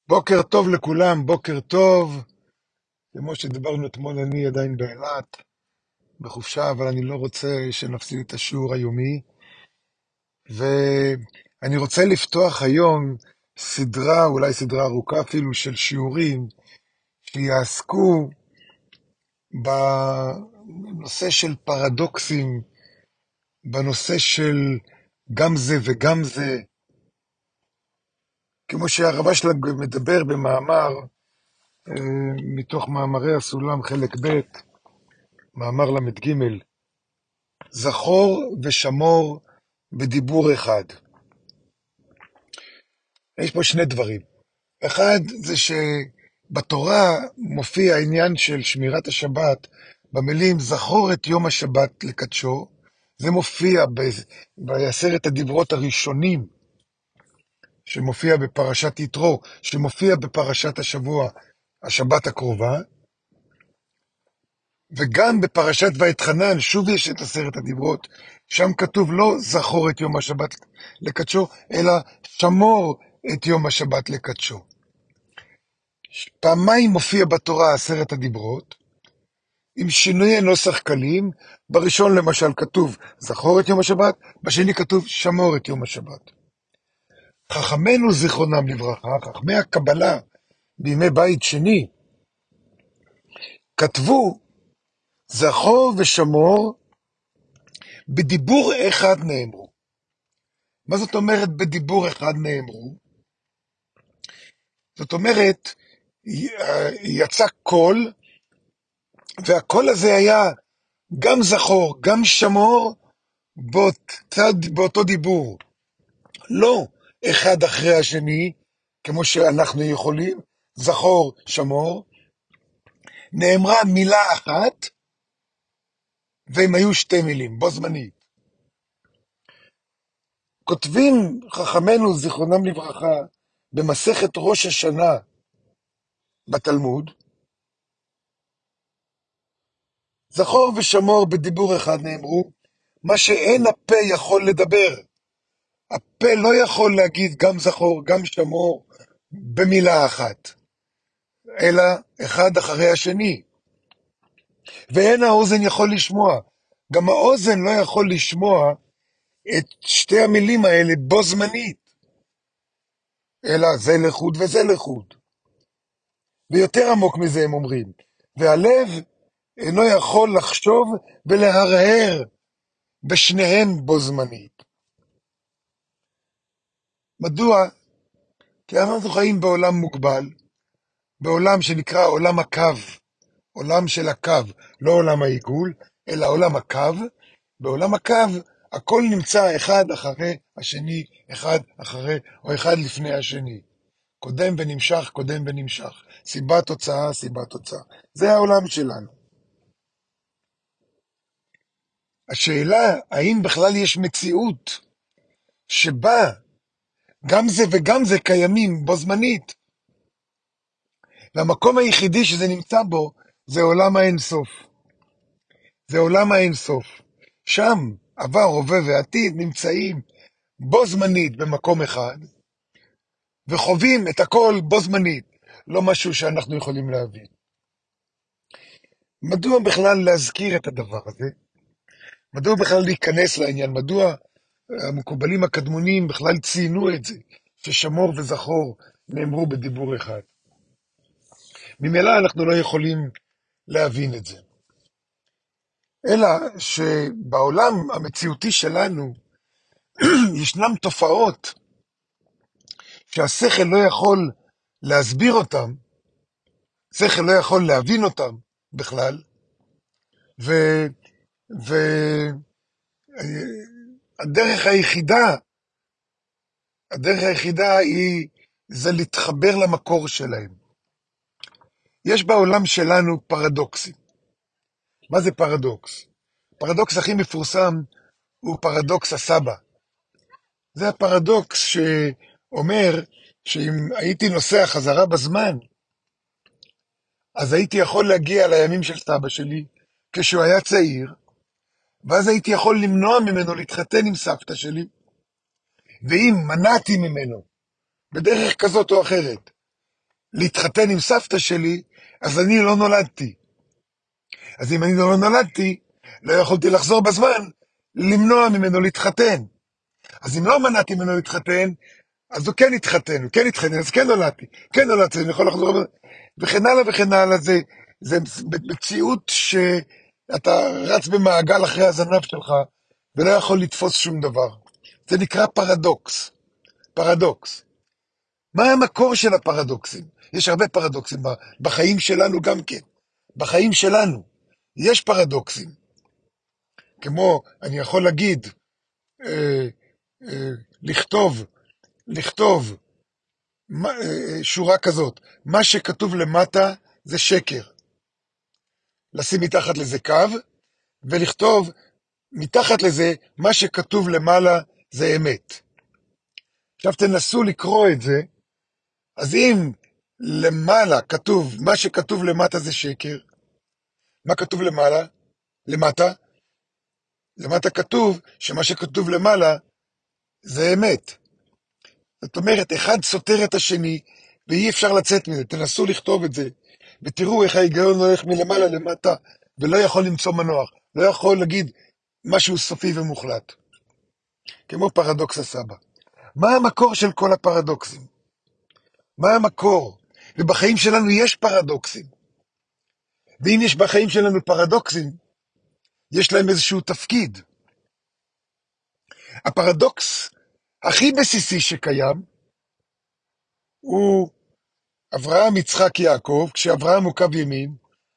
בוקר טוב לכולם, בוקר טוב. כמו שדיברנו אתמול, אני עדיין באילת, בחופשה, אבל אני לא רוצה שנפסיד את השיעור היומי. ואני רוצה לפתוח היום סדרה, אולי סדרה ארוכה אפילו, של שיעורים שיעסקו בנושא של פרדוקסים, בנושא של גם זה וגם זה, כמו שהרב אשלג מדבר במאמר, מתוך מאמרי הסולם חלק ב', מאמר למד ג', זכור ושמור בדיבור אחד. יש פה שני דברים. אחד זה שבתורה מופיע העניין של שמירת השבת, במילים זכור את יום השבת לקדשו, זה מופיע בעשרת הדיברות הראשונים, שמופיע בפרשת יתרו, שמופיע בפרשת השבוע, השבת הקרובה, וגם בפרשת ואתחנן, שוב יש את עשרת הדיברות, שם כתוב לא זכור את יום השבת לקדשו, אלא שמור את יום השבת לקדשו. פעמיים מופיע בתורה עשרת הדיברות, עם שינויי נוסח קלים. בראשון למשל כתוב זכור את יום השבת, בשני כתוב שמור את יום השבת. חכמינו זיכרונם לברכה, חכמי הקבלה בימי בית שני, כתבו זכור ושמור בדיבור אחד נאמרו. מה זאת אומרת בדיבור אחד נאמרו? זאת אומרת, יצא קול, והקול הזה היה גם זכור, גם שמור, באותו דיבור. לא אחד אחרי השני, כמו שאנחנו יכולים, זכור, שמור. נאמרה מילה אחת, והם היו שתי מילים, בו זמנית. כותבים חכמינו זיכרונם לברכה, במסכת ראש השנה בתלמוד, זכור ושמור בדיבור אחד נאמרו, מה שאין הפה יכול לדבר. הפה לא יכול להגיד גם זכור, גם שמור, במילה אחת, אלא אחד אחרי השני. ואין האוזן יכול לשמוע. גם האוזן לא יכול לשמוע את שתי המילים האלה בו זמנית, אלא זה לחוד וזה לחוד. ויותר עמוק מזה הם אומרים, והלב אינו יכול לחשוב ולהרהר בשניהם בו זמנית. מדוע? כי אנחנו חיים בעולם מוגבל, בעולם שנקרא עולם הקו, עולם של הקו, לא עולם העיגול, אלא עולם הקו. בעולם הקו הכל נמצא אחד אחרי השני, אחד אחרי או אחד לפני השני. קודם ונמשך, קודם ונמשך. סיבה תוצאה, סיבה תוצאה. זה העולם שלנו. השאלה, האם בכלל יש מציאות שבה גם זה וגם זה קיימים בו זמנית? והמקום היחידי שזה נמצא בו זה עולם האינסוף. זה עולם האינסוף. שם עבר, הווה ועתיד נמצאים בו זמנית במקום אחד, וחווים את הכל בו זמנית. לא משהו שאנחנו יכולים להבין. מדוע בכלל להזכיר את הדבר הזה? מדוע בכלל להיכנס לעניין? מדוע המקובלים הקדמונים בכלל ציינו את זה, ששמור וזכור נאמרו בדיבור אחד? ממילא אנחנו לא יכולים להבין את זה. אלא שבעולם המציאותי שלנו ישנם תופעות שהשכל לא יכול להסביר אותם, שכל לא יכול להבין אותם בכלל, והדרך היחידה היא זה להתחבר למקור שלהם. יש בעולם שלנו פרדוקסים. מה זה פרדוקס? הפרדוקס הכי מפורסם הוא פרדוקס הסבא. זה הפרדוקס שאומר שאם הייתי נוסע חזרה בזמן, אז הייתי יכול להגיע לימים של סבא שלי כשהוא היה צעיר, ואז הייתי יכול למנוע ממנו להתחתן עם סבתא שלי, ואם מנעתי ממנו בדרך כזאת או אחרת להתחתן עם סבתא שלי, אז אני לא נולדתי. אז אם אני לא נולדתי, לא יכולתי לחזור בזמן, למנוע ממנו להתחתן. אז אם לא מנעתי ממנו להתחתן, אז הוא כן התחתן, אז כן נולדתי, אני יכול לחזור, וכן הלאה וכן הלאה, זה מציאות שאתה רץ במעגל אחרי הזנב שלך, ולא יכול לתפוס שום דבר. זה נקרא פרדוקס. פרדוקס. מה המקור של הפרדוקסים? יש הרבה פרדוקסים בחיים שלנו גם כן. בחיים שלנו יש פרדוקסים. כמו, אני יכול להגיד, אה, לכתוב שורה כזאת, מה שכתוב למטה זה שקר. לשים מתחת לזה קו, ולכתוב מתחת לזה, מה שכתוב למעלה זה אמת. עכשיו תנסו לקרוא את זה, אז אם למעלה כתוב, מה שכתוב למטה זה שקר, מה כתוב למעלה? למטה? למטה כתוב שמה שכתוב למעלה זה אמת. זאת אומרת, אחד סותר את השני, ואי אפשר לצאת מזה. תנסו לכתוב את זה, ותראו איך ההיגיון הולך מלמעלה למטה, ולא יכול למצוא מנוח, לא יכול להגיד משהו סופי ומוחלט. כמו פרדוקס הסבא. מה המקור של כל הפרדוקסים? מה המקור? ובחיים שלנו יש פרדוקסים. ואם יש בחיים שלנו פרדוקסים, יש להם איזשהו תפקיד. הפרדוקס הכי בסיסי שקיים, הוא אברהם, יצחק, יעקב. כשאברהם הוא קו ימין,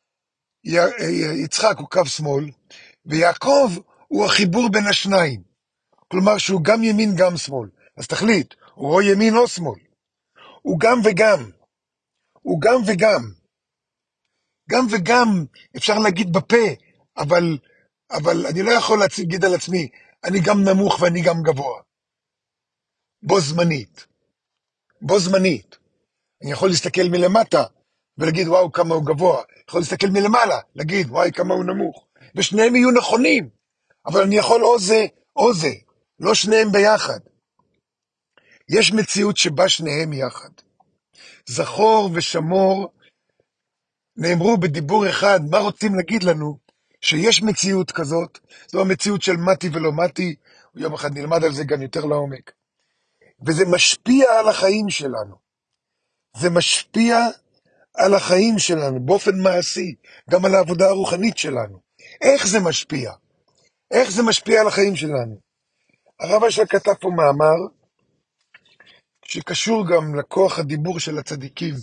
יצחק הוא קו שמאל, ויעקב הוא החיבור בין השניים. כלומר שהוא גם ימין גם שמאל. אז תחליט, הוא או ימין או שמאל. הוא גם וגם. הוא גם וגם. גם וגם אפשר להגיד בפה, אבל אני לא יכול להגיד על עצמי, אני גם נמוך ואני גם גבוה. בו זמנית. בו זמנית. אני יכול להסתכל מלמטה ולהגיד וואו כמה הוא גבוה. יכול להסתכל מלמעלה, להגיד וואי כמה הוא נמוך. ושניהם יהיו נכונים, אבל אני יכול או זה או זה, לא שניהם ביחד. יש מציאות שבה שניהם יחד. זכור ושמור נאמרו בדיבור אחד. מה רוצים להגיד לנו? שיש מציאות כזאת, זו המציאות של מתי ולא מתי, יום אחד נלמד על זה גם יותר לעומק. וזה משפיע על החיים שלנו. זה משפיע על החיים שלנו, באופן מעשי, גם על העבודה הרוחנית שלנו. איך זה משפיע? איך זה משפיע על החיים שלנו? הרב אשר כתב פה מאמר, שקשור גם לכוח הדיבור של הצדיקים.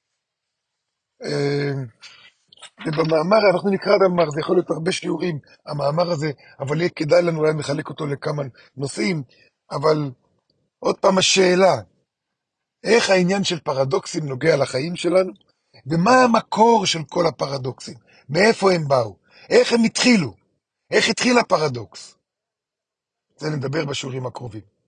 ובמאמר, אנחנו נקרא את המאמר, זה יכול להיות הרבה שיעורים, המאמר הזה, אבל יהיה כדאי לנו אולי לחלק אותו לכמה נושאים, אבל עוד פעם השאלה, איך העניין של פרדוקסים נוגע לחיים שלנו, ומה המקור של כל הפרדוקסים, מאיפה הם באו, איך הם התחילו, איך התחיל הפרדוקס. זה נדבר בשיעורים הקרובים.